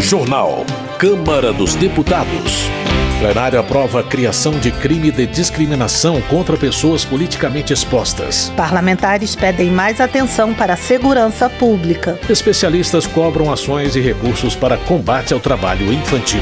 Jornal. Câmara dos Deputados. Plenário aprova a criação de crime de discriminação contra pessoas politicamente expostas. Parlamentares pedem mais atenção para a segurança pública. Especialistas cobram ações e recursos para combate ao trabalho infantil.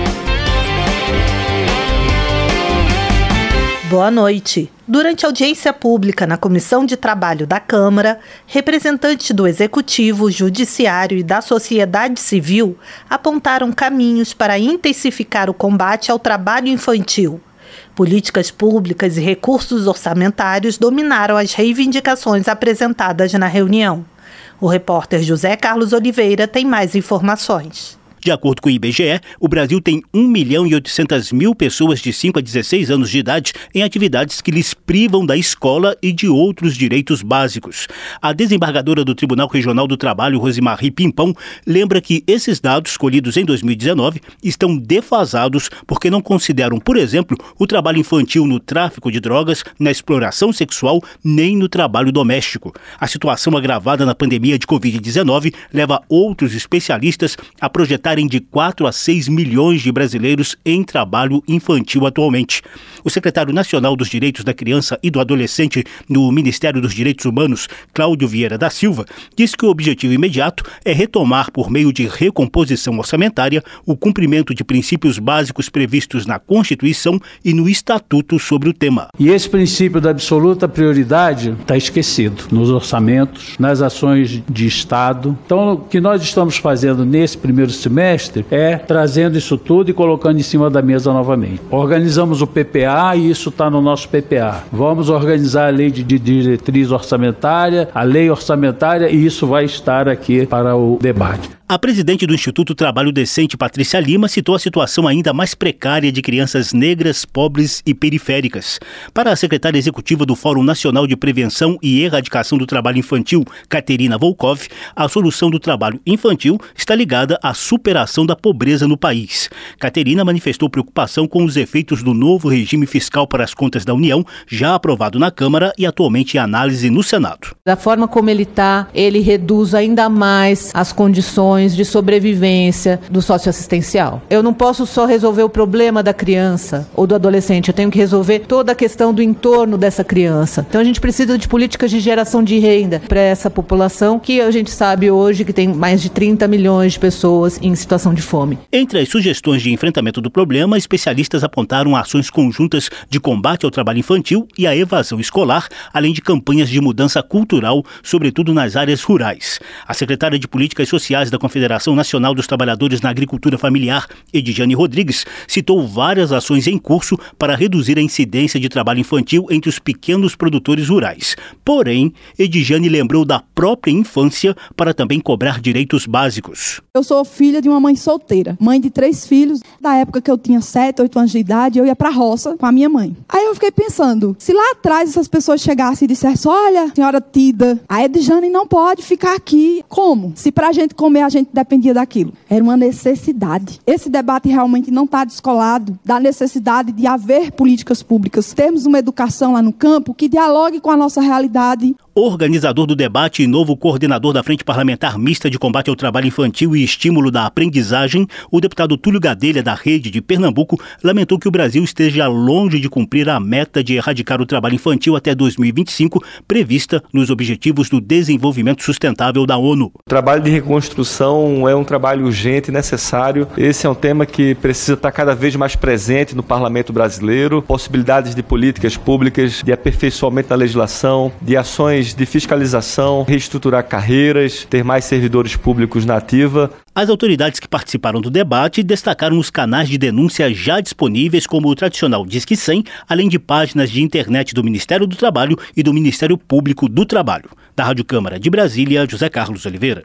Boa noite. Durante a audiência pública na Comissão de Trabalho da Câmara, representantes do Executivo, Judiciário e da sociedade civil apontaram caminhos para intensificar o combate ao trabalho infantil. Políticas públicas e recursos orçamentários dominaram as reivindicações apresentadas na reunião. O repórter José Carlos Oliveira tem mais informações. De acordo com o IBGE, o Brasil tem 1.800.000 pessoas de 5 a 16 anos de idade em atividades que lhes privam da escola e de outros direitos básicos. A desembargadora do Tribunal Regional do Trabalho, Rosimarie Pimpão, lembra que esses dados, colhidos em 2019, estão defasados porque não consideram, por exemplo, o trabalho infantil no tráfico de drogas, na exploração sexual, nem no trabalho doméstico. A situação agravada na pandemia de Covid-19 leva outros especialistas a projetar de 4 a 6 milhões de brasileiros em trabalho infantil atualmente. O secretário nacional dos Direitos da Criança e do Adolescente no Ministério dos Direitos Humanos, Cláudio Vieira da Silva, diz que o objetivo imediato é retomar, por meio de recomposição orçamentária, o cumprimento de princípios básicos previstos na Constituição e no Estatuto sobre o tema. E esse princípio da absoluta prioridade está esquecido nos orçamentos, nas ações de Estado. Então, o que nós estamos fazendo nesse primeiro semestre é trazendo isso tudo e colocando em cima da mesa novamente. Organizamos o PPA e isso está no nosso PPA. Vamos organizar a lei de diretriz orçamentária, a lei orçamentária, e isso vai estar aqui para o debate. A presidente do Instituto Trabalho Decente, Patrícia Lima, citou a situação ainda mais precária de crianças negras, pobres e periféricas. Para a secretária executiva do Fórum Nacional de Prevenção e Erradicação do Trabalho Infantil, Caterina Volkov, a solução do trabalho infantil está ligada à superação da pobreza no país. Caterina manifestou preocupação com os efeitos do novo regime fiscal para as contas da União, já aprovado na Câmara e atualmente em análise no Senado. Da forma como ele reduz ainda mais as condições de sobrevivência do socioassistencial. Eu não posso só resolver o problema da criança ou do adolescente, eu tenho que resolver toda a questão do entorno dessa criança. Então a gente precisa de políticas de geração de renda para essa população, que a gente sabe hoje que tem mais de 30 milhões de pessoas em situação de fome. Entre as sugestões de enfrentamento do problema, especialistas apontaram ações conjuntas de combate ao trabalho infantil e à evasão escolar, além de campanhas de mudança cultural, sobretudo nas áreas rurais. A secretária de Políticas Sociais da Confederação Nacional dos Trabalhadores na Agricultura Familiar, Edjane Rodrigues, citou várias ações em curso para reduzir a incidência de trabalho infantil entre os pequenos produtores rurais. Porém, Edjane lembrou da própria infância para também cobrar direitos básicos. Eu sou filha de uma mãe solteira, mãe de 3 filhos. Da época que eu tinha 7, 8 anos de idade, eu ia pra roça com a minha mãe. Aí eu fiquei pensando, se lá atrás essas pessoas chegassem e dissessem, olha, senhora Tida, a Edjane não pode ficar aqui. Como? Se pra gente comer, a gente dependia daquilo. Era uma necessidade. Esse debate realmente não está descolado da necessidade de haver políticas públicas. Termos uma educação lá no campo que dialogue com a nossa realidade. Organizador do debate e novo coordenador da Frente Parlamentar Mista de Combate ao Trabalho Infantil e Estímulo da Aprendizagem, o deputado Túlio Gadelha, da Rede de Pernambuco, lamentou que o Brasil esteja longe de cumprir a meta de erradicar o trabalho infantil até 2025, prevista nos Objetivos do Desenvolvimento Sustentável da ONU. O trabalho de reconstrução é um trabalho urgente e necessário. Esse é um tema que precisa estar cada vez mais presente no parlamento brasileiro. Possibilidades de políticas públicas, de aperfeiçoamento da legislação, de ações de fiscalização, reestruturar carreiras, ter mais servidores públicos na ativa. As autoridades que participaram do debate destacaram os canais de denúncia já disponíveis, como o tradicional Disque 100, além de páginas de internet do Ministério do Trabalho e do Ministério Público do Trabalho. Da Rádio Câmara de Brasília, José Carlos Oliveira.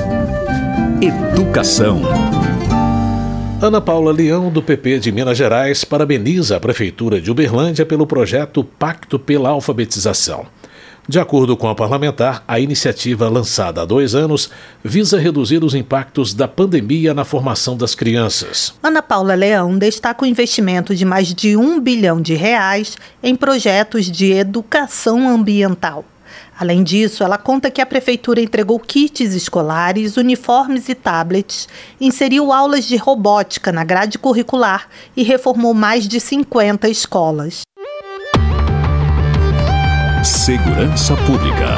Educação. Ana Paula Leão, do PP de Minas Gerais, parabeniza a Prefeitura de Uberlândia pelo projeto Pacto pela Alfabetização. De acordo com a parlamentar, a iniciativa lançada há 2 anos visa reduzir os impactos da pandemia na formação das crianças. Ana Paula Leão destaca o investimento de mais de R$1 bilhão em projetos de educação ambiental. Além disso, ela conta que a prefeitura entregou kits escolares, uniformes e tablets, inseriu aulas de robótica na grade curricular e reformou mais de 50 escolas. Segurança Pública.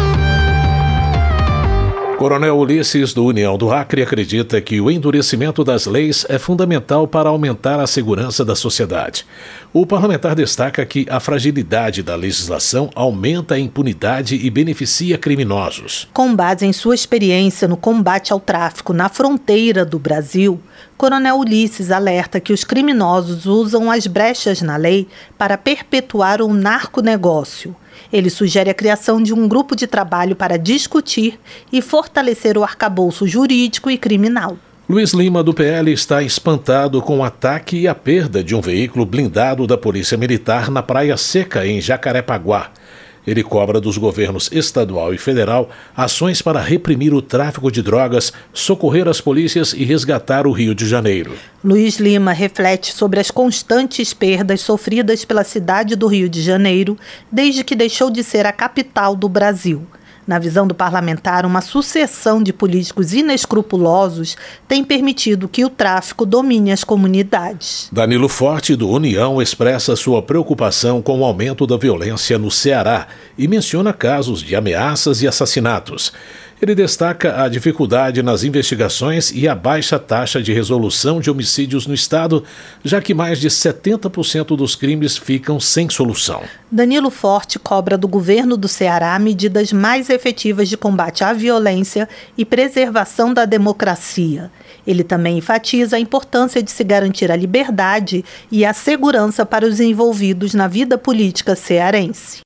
Coronel Ulisses, do União do Acre, acredita que o endurecimento das leis é fundamental para aumentar a segurança da sociedade. O parlamentar destaca que a fragilidade da legislação aumenta a impunidade e beneficia criminosos. Com base em sua experiência no combate ao tráfico na fronteira do Brasil, Coronel Ulisses alerta que os criminosos usam as brechas na lei para perpetuar o narconegócio. Ele sugere a criação de um grupo de trabalho para discutir e fortalecer o arcabouço jurídico e criminal. Luiz Lima, do PL, está espantado com o ataque e a perda de um veículo blindado da Polícia Militar na Praia Seca, em Jacarepaguá. Ele cobra dos governos estadual e federal ações para reprimir o tráfico de drogas, socorrer as polícias e resgatar o Rio de Janeiro. Luiz Lima reflete sobre as constantes perdas sofridas pela cidade do Rio de Janeiro desde que deixou de ser a capital do Brasil. Na visão do parlamentar, uma sucessão de políticos inescrupulosos tem permitido que o tráfico domine as comunidades. Danilo Forte, do União, expressa sua preocupação com o aumento da violência no Ceará e menciona casos de ameaças e assassinatos. Ele destaca a dificuldade nas investigações e a baixa taxa de resolução de homicídios no estado, já que mais de 70% dos crimes ficam sem solução. Danilo Forte cobra do governo do Ceará medidas mais efetivas de combate à violência e preservação da democracia. Ele também enfatiza a importância de se garantir a liberdade e a segurança para os envolvidos na vida política cearense.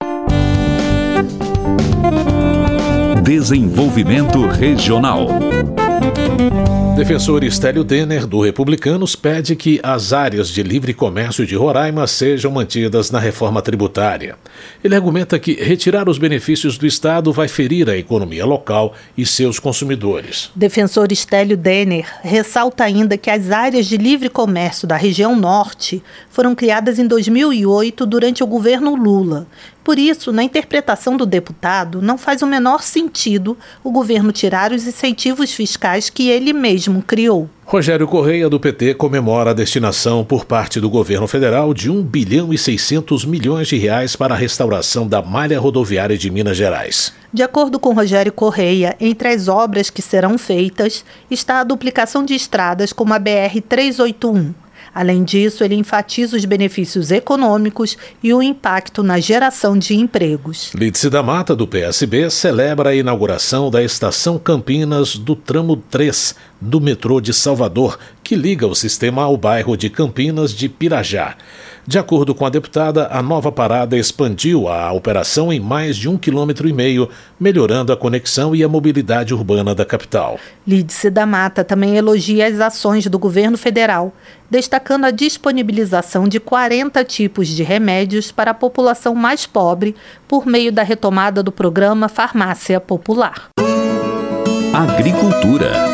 Desenvolvimento Regional. Defensor Estélio Denner, do Republicanos, pede que as áreas de livre comércio de Roraima sejam mantidas na reforma tributária. Ele argumenta que retirar os benefícios do Estado vai ferir a economia local e seus consumidores. Defensor Estélio Denner ressalta ainda que as áreas de livre comércio da região norte foram criadas em 2008 durante o governo Lula. Por isso, na interpretação do deputado, não faz o menor sentido o governo tirar os incentivos fiscais que ele mesmo criou. Rogério Correia, do PT, comemora a destinação por parte do governo federal de 1 bilhão e 600 milhões de reais para a restauração da malha rodoviária de Minas Gerais. De acordo com Rogério Correia, entre as obras que serão feitas está a duplicação de estradas como a BR-381. Além disso, ele enfatiza os benefícios econômicos e o impacto na geração de empregos. Lídice da Mata, do PSB, celebra a inauguração da Estação Campinas do tramo 3 do metrô de Salvador, que liga o sistema ao bairro de Campinas de Pirajá. De acordo com a deputada, a nova parada expandiu a operação em mais de 1,5 km, melhorando a conexão e a mobilidade urbana da capital. Lídice da Mata também elogia as ações do governo federal, destacando a disponibilização de 40 tipos de remédios para a população mais pobre por meio da retomada do programa Farmácia Popular. Agricultura.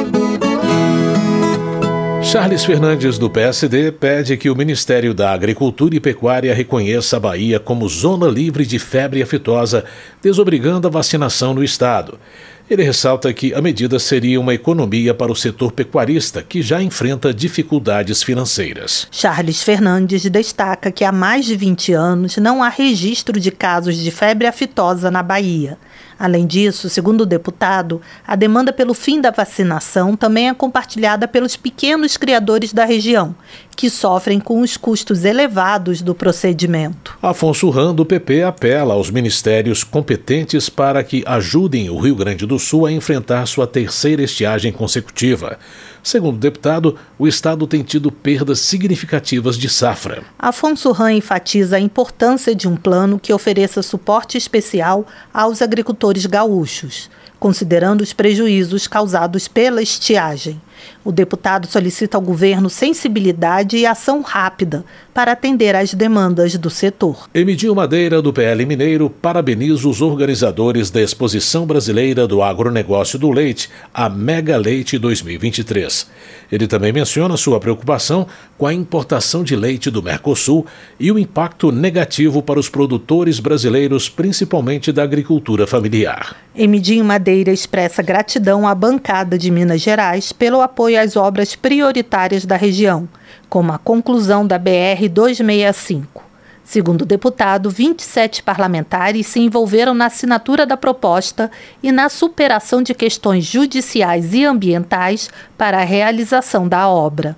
Charles Fernandes, do PSD, pede que o Ministério da Agricultura e Pecuária reconheça a Bahia como zona livre de febre aftosa, desobrigando a vacinação no estado. Ele ressalta que a medida seria uma economia para o setor pecuarista, que já enfrenta dificuldades financeiras. Charles Fernandes destaca que há mais de 20 anos não há registro de casos de febre aftosa na Bahia. Além disso, segundo o deputado, a demanda pelo fim da vacinação também é compartilhada pelos pequenos criadores da região, que sofrem com os custos elevados do procedimento. Afonso Ram, do PP, apela aos ministérios competentes para que ajudem o Rio Grande do Sul a enfrentar sua terceira estiagem consecutiva. Segundo o deputado, o estado tem tido perdas significativas de safra. Afonso Ram enfatiza a importância de um plano que ofereça suporte especial aos agricultores gaúchos, considerando os prejuízos causados pela estiagem. O deputado solicita ao governo sensibilidade e ação rápida para atender às demandas do setor. Emidio Madeira, do PL Mineiro, parabeniza os organizadores da Exposição Brasileira do Agronegócio do Leite, a Mega Leite 2023. Ele também menciona sua preocupação com a importação de leite do Mercosul e o impacto negativo para os produtores brasileiros, principalmente da agricultura familiar. Emidio Madeira expressa gratidão à bancada de Minas Gerais pelo apoio às obras prioritárias da região, como a conclusão da BR-265. Segundo o deputado, 27 parlamentares se envolveram na assinatura da proposta e na superação de questões judiciais e ambientais para a realização da obra.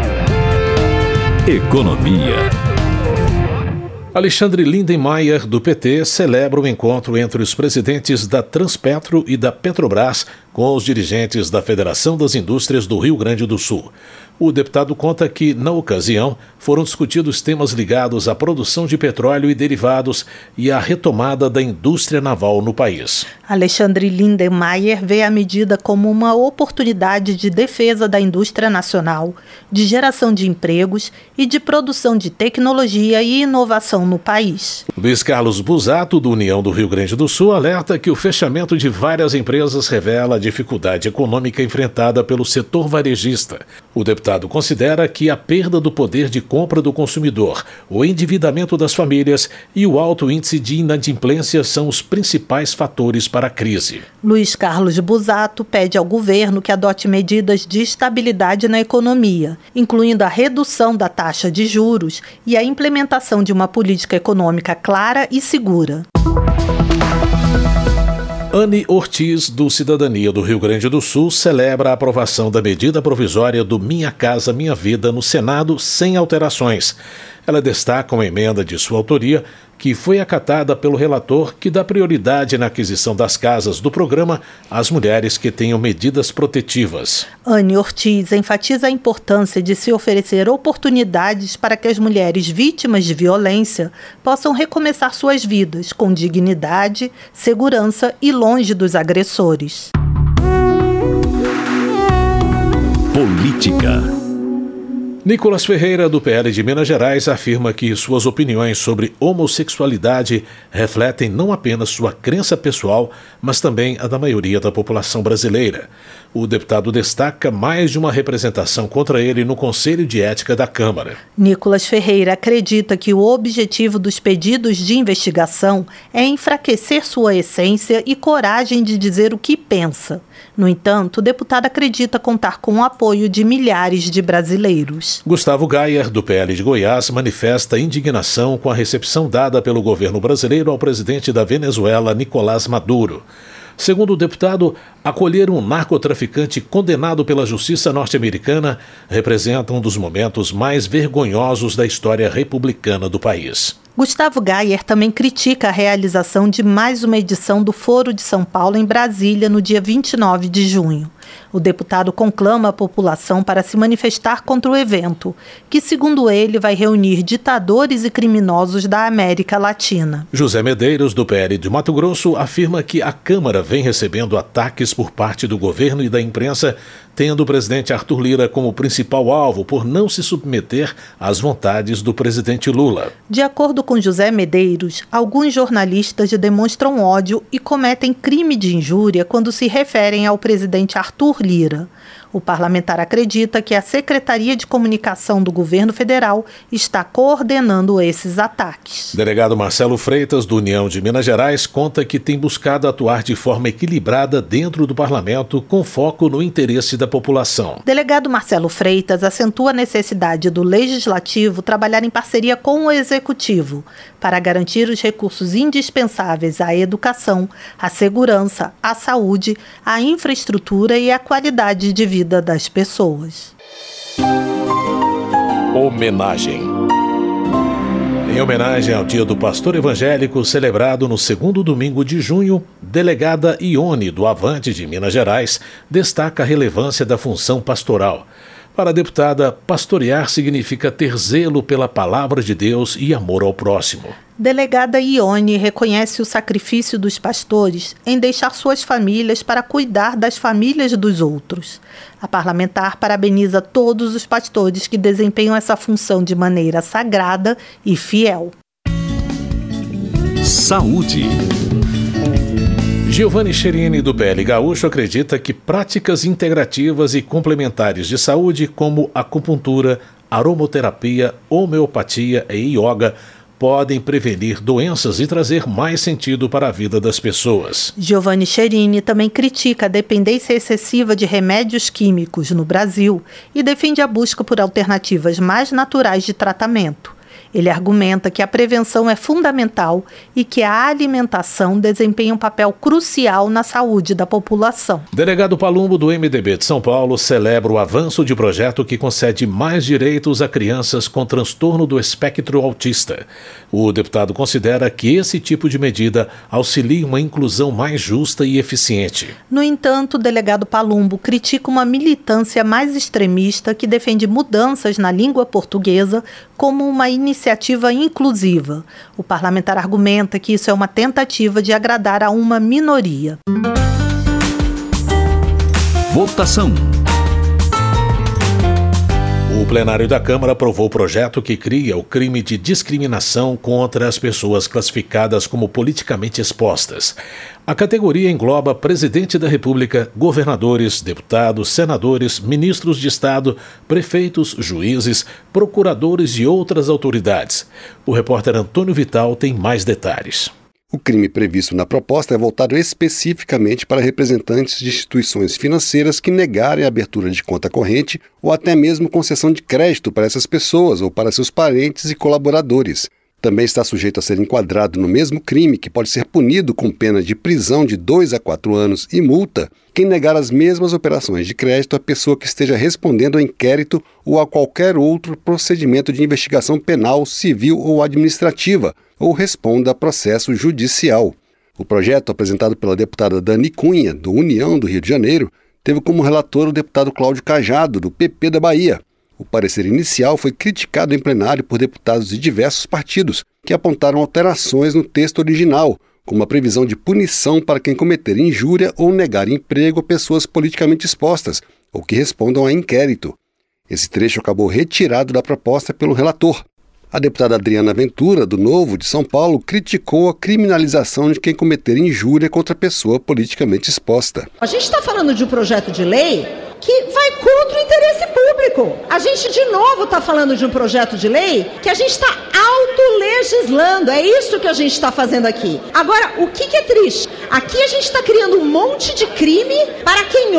Economia. Alexandre Lindenmayer, do PT, celebra o encontro entre os presidentes da Transpetro e da Petrobras com os dirigentes da Federação das Indústrias do Rio Grande do Sul. O deputado conta que, na ocasião, foram discutidos temas ligados à produção de petróleo e derivados e à retomada da indústria naval no país. Alexandre Lindenmayer vê a medida como uma oportunidade de defesa da indústria nacional, de geração de empregos e de produção de tecnologia e inovação no país. Luiz Carlos Busato, do União do Rio Grande do Sul, alerta que o fechamento de várias empresas revela a dificuldade econômica enfrentada pelo setor varejista. O deputado considera que a perda do poder de compra do consumidor, o endividamento das famílias e o alto índice de inadimplência são os principais fatores para a crise. Luiz Carlos Busato pede ao governo que adote medidas de estabilidade na economia, incluindo a redução da taxa de juros e a implementação de uma política econômica clara e segura. Anne Ortiz, do Cidadania do Rio Grande do Sul, celebra a aprovação da medida provisória do Minha Casa Minha Vida no Senado sem alterações. Ela destaca uma emenda de sua autoria que foi acatada pelo relator, que dá prioridade na aquisição das casas do programa às mulheres que tenham medidas protetivas. Anne Ortiz enfatiza a importância de se oferecer oportunidades para que as mulheres vítimas de violência possam recomeçar suas vidas com dignidade, segurança e longe dos agressores. Política. Nicolas Ferreira, do PL de Minas Gerais, afirma que suas opiniões sobre homossexualidade refletem não apenas sua crença pessoal, mas também a da maioria da população brasileira. O deputado destaca mais de uma representação contra ele no Conselho de Ética da Câmara. Nicolas Ferreira acredita que o objetivo dos pedidos de investigação é enfraquecer sua essência e coragem de dizer o que pensa. No entanto, o deputado acredita contar com o apoio de milhares de brasileiros. Gustavo Gayer, do PL de Goiás, manifesta indignação com a recepção dada pelo governo brasileiro ao presidente da Venezuela, Nicolás Maduro. Segundo o deputado, acolher um narcotraficante condenado pela justiça norte-americana representa um dos momentos mais vergonhosos da história republicana do país. Gustavo Gayer também critica a realização de mais uma edição do Foro de São Paulo em Brasília no dia 29 de junho. O deputado conclama a população para se manifestar contra o evento, que, segundo ele, vai reunir ditadores e criminosos da América Latina. José Medeiros, do PL de Mato Grosso, afirma que a Câmara vem recebendo ataques por parte do governo e da imprensa, tendo o presidente Arthur Lira como principal alvo por não se submeter às vontades do presidente Lula. De acordo com José Medeiros, alguns jornalistas demonstram ódio e cometem crime de injúria quando se referem ao presidente Arthur Lira. O parlamentar acredita que a Secretaria de Comunicação do Governo Federal está coordenando esses ataques. Delegado Marcelo Freitas, do União de Minas Gerais, conta que tem buscado atuar de forma equilibrada dentro do parlamento, com foco no interesse da população. Delegado Marcelo Freitas acentua a necessidade do Legislativo trabalhar em parceria com o Executivo para garantir os recursos indispensáveis à educação, à segurança, à saúde, à infraestrutura e à qualidade de vida das pessoas. Homenagem. Em homenagem ao Dia do Pastor Evangélico, celebrado no segundo domingo de junho, delegada Ione, do Avante de Minas Gerais, destaca a relevância da função pastoral. Para a deputada, pastorear significa ter zelo pela palavra de Deus e amor ao próximo. Delegada Ione reconhece o sacrifício dos pastores em deixar suas famílias para cuidar das famílias dos outros. A parlamentar parabeniza todos os pastores que desempenham essa função de maneira sagrada e fiel. Saúde. Giovanni Cherini, do PL Gaúcho, acredita que práticas integrativas e complementares de saúde, como acupuntura, aromaterapia, homeopatia e yoga, podem prevenir doenças e trazer mais sentido para a vida das pessoas. Giovanni Cherini também critica a dependência excessiva de remédios químicos no Brasil e defende a busca por alternativas mais naturais de tratamento. Ele argumenta que a prevenção é fundamental e que a alimentação desempenha um papel crucial na saúde da população. Delegado Palumbo, do MDB de São Paulo, celebra o avanço de projeto que concede mais direitos a crianças com transtorno do espectro autista. O deputado considera que esse tipo de medida auxilia uma inclusão mais justa e eficiente. No entanto, o delegado Palumbo critica uma militância mais extremista que defende mudanças na língua portuguesa como uma iniciativa inclusiva. O parlamentar argumenta que isso é uma tentativa de agradar a uma minoria. Votação. O plenário da Câmara aprovou o projeto que cria o crime de discriminação contra as pessoas classificadas como politicamente expostas. A categoria engloba presidente da República, governadores, deputados, senadores, ministros de Estado, prefeitos, juízes, procuradores e outras autoridades. O repórter Antônio Vital tem mais detalhes. O crime previsto na proposta é voltado especificamente para representantes de instituições financeiras que negarem a abertura de conta corrente ou até mesmo concessão de crédito para essas pessoas ou para seus parentes e colaboradores. Também está sujeito a ser enquadrado no mesmo crime, que pode ser punido com pena de prisão de 2 a 4 anos e multa, quem negar as mesmas operações de crédito à pessoa que esteja respondendo ao inquérito ou a qualquer outro procedimento de investigação penal, civil ou administrativa, ou responda a processo judicial. O projeto, apresentado pela deputada Dani Cunha, do União do Rio de Janeiro, teve como relator o deputado Cláudio Cajado, do PP da Bahia. O parecer inicial foi criticado em plenário por deputados de diversos partidos, que apontaram alterações no texto original, como a previsão de punição para quem cometer injúria ou negar emprego a pessoas politicamente expostas, ou que respondam a inquérito. Esse trecho acabou retirado da proposta pelo relator. A deputada Adriana Ventura, do Novo de São Paulo, criticou a criminalização de quem cometer injúria contra a pessoa politicamente exposta. A gente está falando de um projeto de lei que vai contra o interesse público. A gente, de novo, está falando de um projeto de lei que a gente está autolegislando. É isso que a gente está fazendo aqui. Agora, o que é triste? Aqui a gente está criando um monte de crime para quem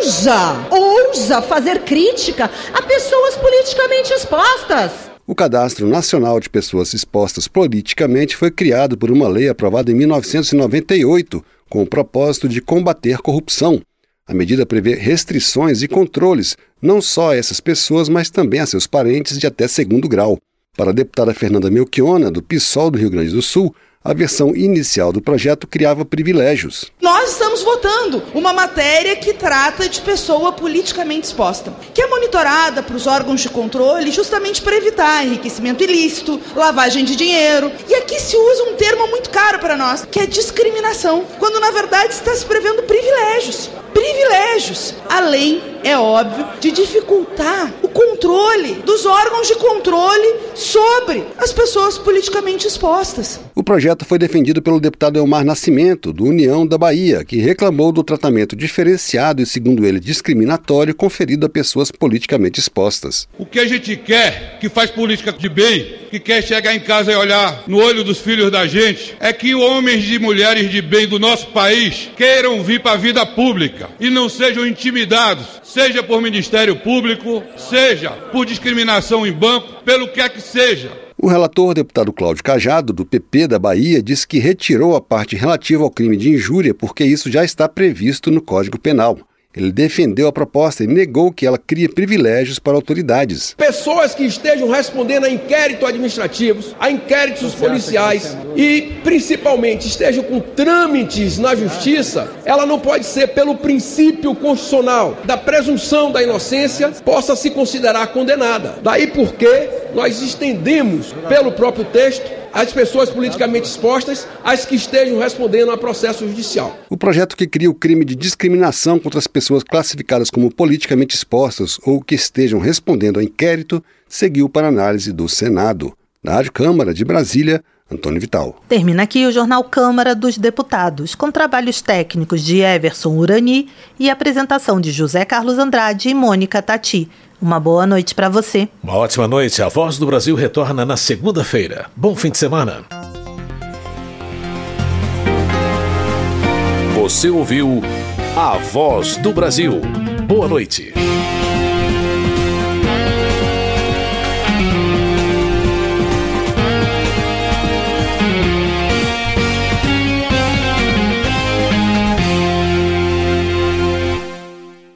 ousa fazer crítica a pessoas politicamente expostas. O Cadastro Nacional de Pessoas Expostas Politicamente foi criado por uma lei aprovada em 1998, com o propósito de combater corrupção. A medida prevê restrições e controles, não só a essas pessoas, mas também a seus parentes de até 2º grau. Para a deputada Fernanda Melchiona, do PSOL do Rio Grande do Sul, a versão inicial do projeto criava privilégios. Nós estamos votando uma matéria que trata de pessoa politicamente exposta, que é monitorada para os órgãos de controle justamente para evitar enriquecimento ilícito, lavagem de dinheiro. E aqui se usa um termo muito caro para nós, que é discriminação, quando na verdade está se prevendo privilégios. Privilégios, além, é óbvio, de dificultar o controle dos órgãos de controle sobre as pessoas politicamente expostas. O projeto foi defendido pelo deputado Elmar Nascimento, do União da Bahia, que reclamou do tratamento diferenciado e, segundo ele, discriminatório conferido a pessoas politicamente expostas. O que a gente quer, que faz política de bem, que quer chegar em casa e olhar no olho dos filhos da gente, é que homens e mulheres de bem do nosso país queiram vir para a vida pública e não sejam intimidados, seja por Ministério Público, seja por discriminação em banco, pelo que é que seja. O relator, deputado Cláudio Cajado, do PP da Bahia, disse que retirou a parte relativa ao crime de injúria porque isso já está previsto no Código Penal. Ele defendeu a proposta e negou que ela cria privilégios para autoridades. Pessoas que estejam respondendo a inquéritos administrativos, a inquéritos policiais e, principalmente, estejam com trâmites na justiça, ela não pode ser, pelo princípio constitucional da presunção da inocência, possa se considerar condenada. Daí porque nós estendemos, pelo próprio texto, as pessoas politicamente expostas, as que estejam respondendo a processo judicial. O projeto que cria o crime de discriminação contra as pessoas classificadas como politicamente expostas ou que estejam respondendo a inquérito seguiu para análise do Senado. Da Rádio Câmara de Brasília, Antônio Vital. Termina aqui o Jornal Câmara dos Deputados, com trabalhos técnicos de Everson Urani e apresentação de José Carlos Andrade e Mônica Tati. Uma boa noite para você. Uma ótima noite. A Voz do Brasil retorna na segunda-feira. Bom fim de semana. Você ouviu A Voz do Brasil. Boa noite.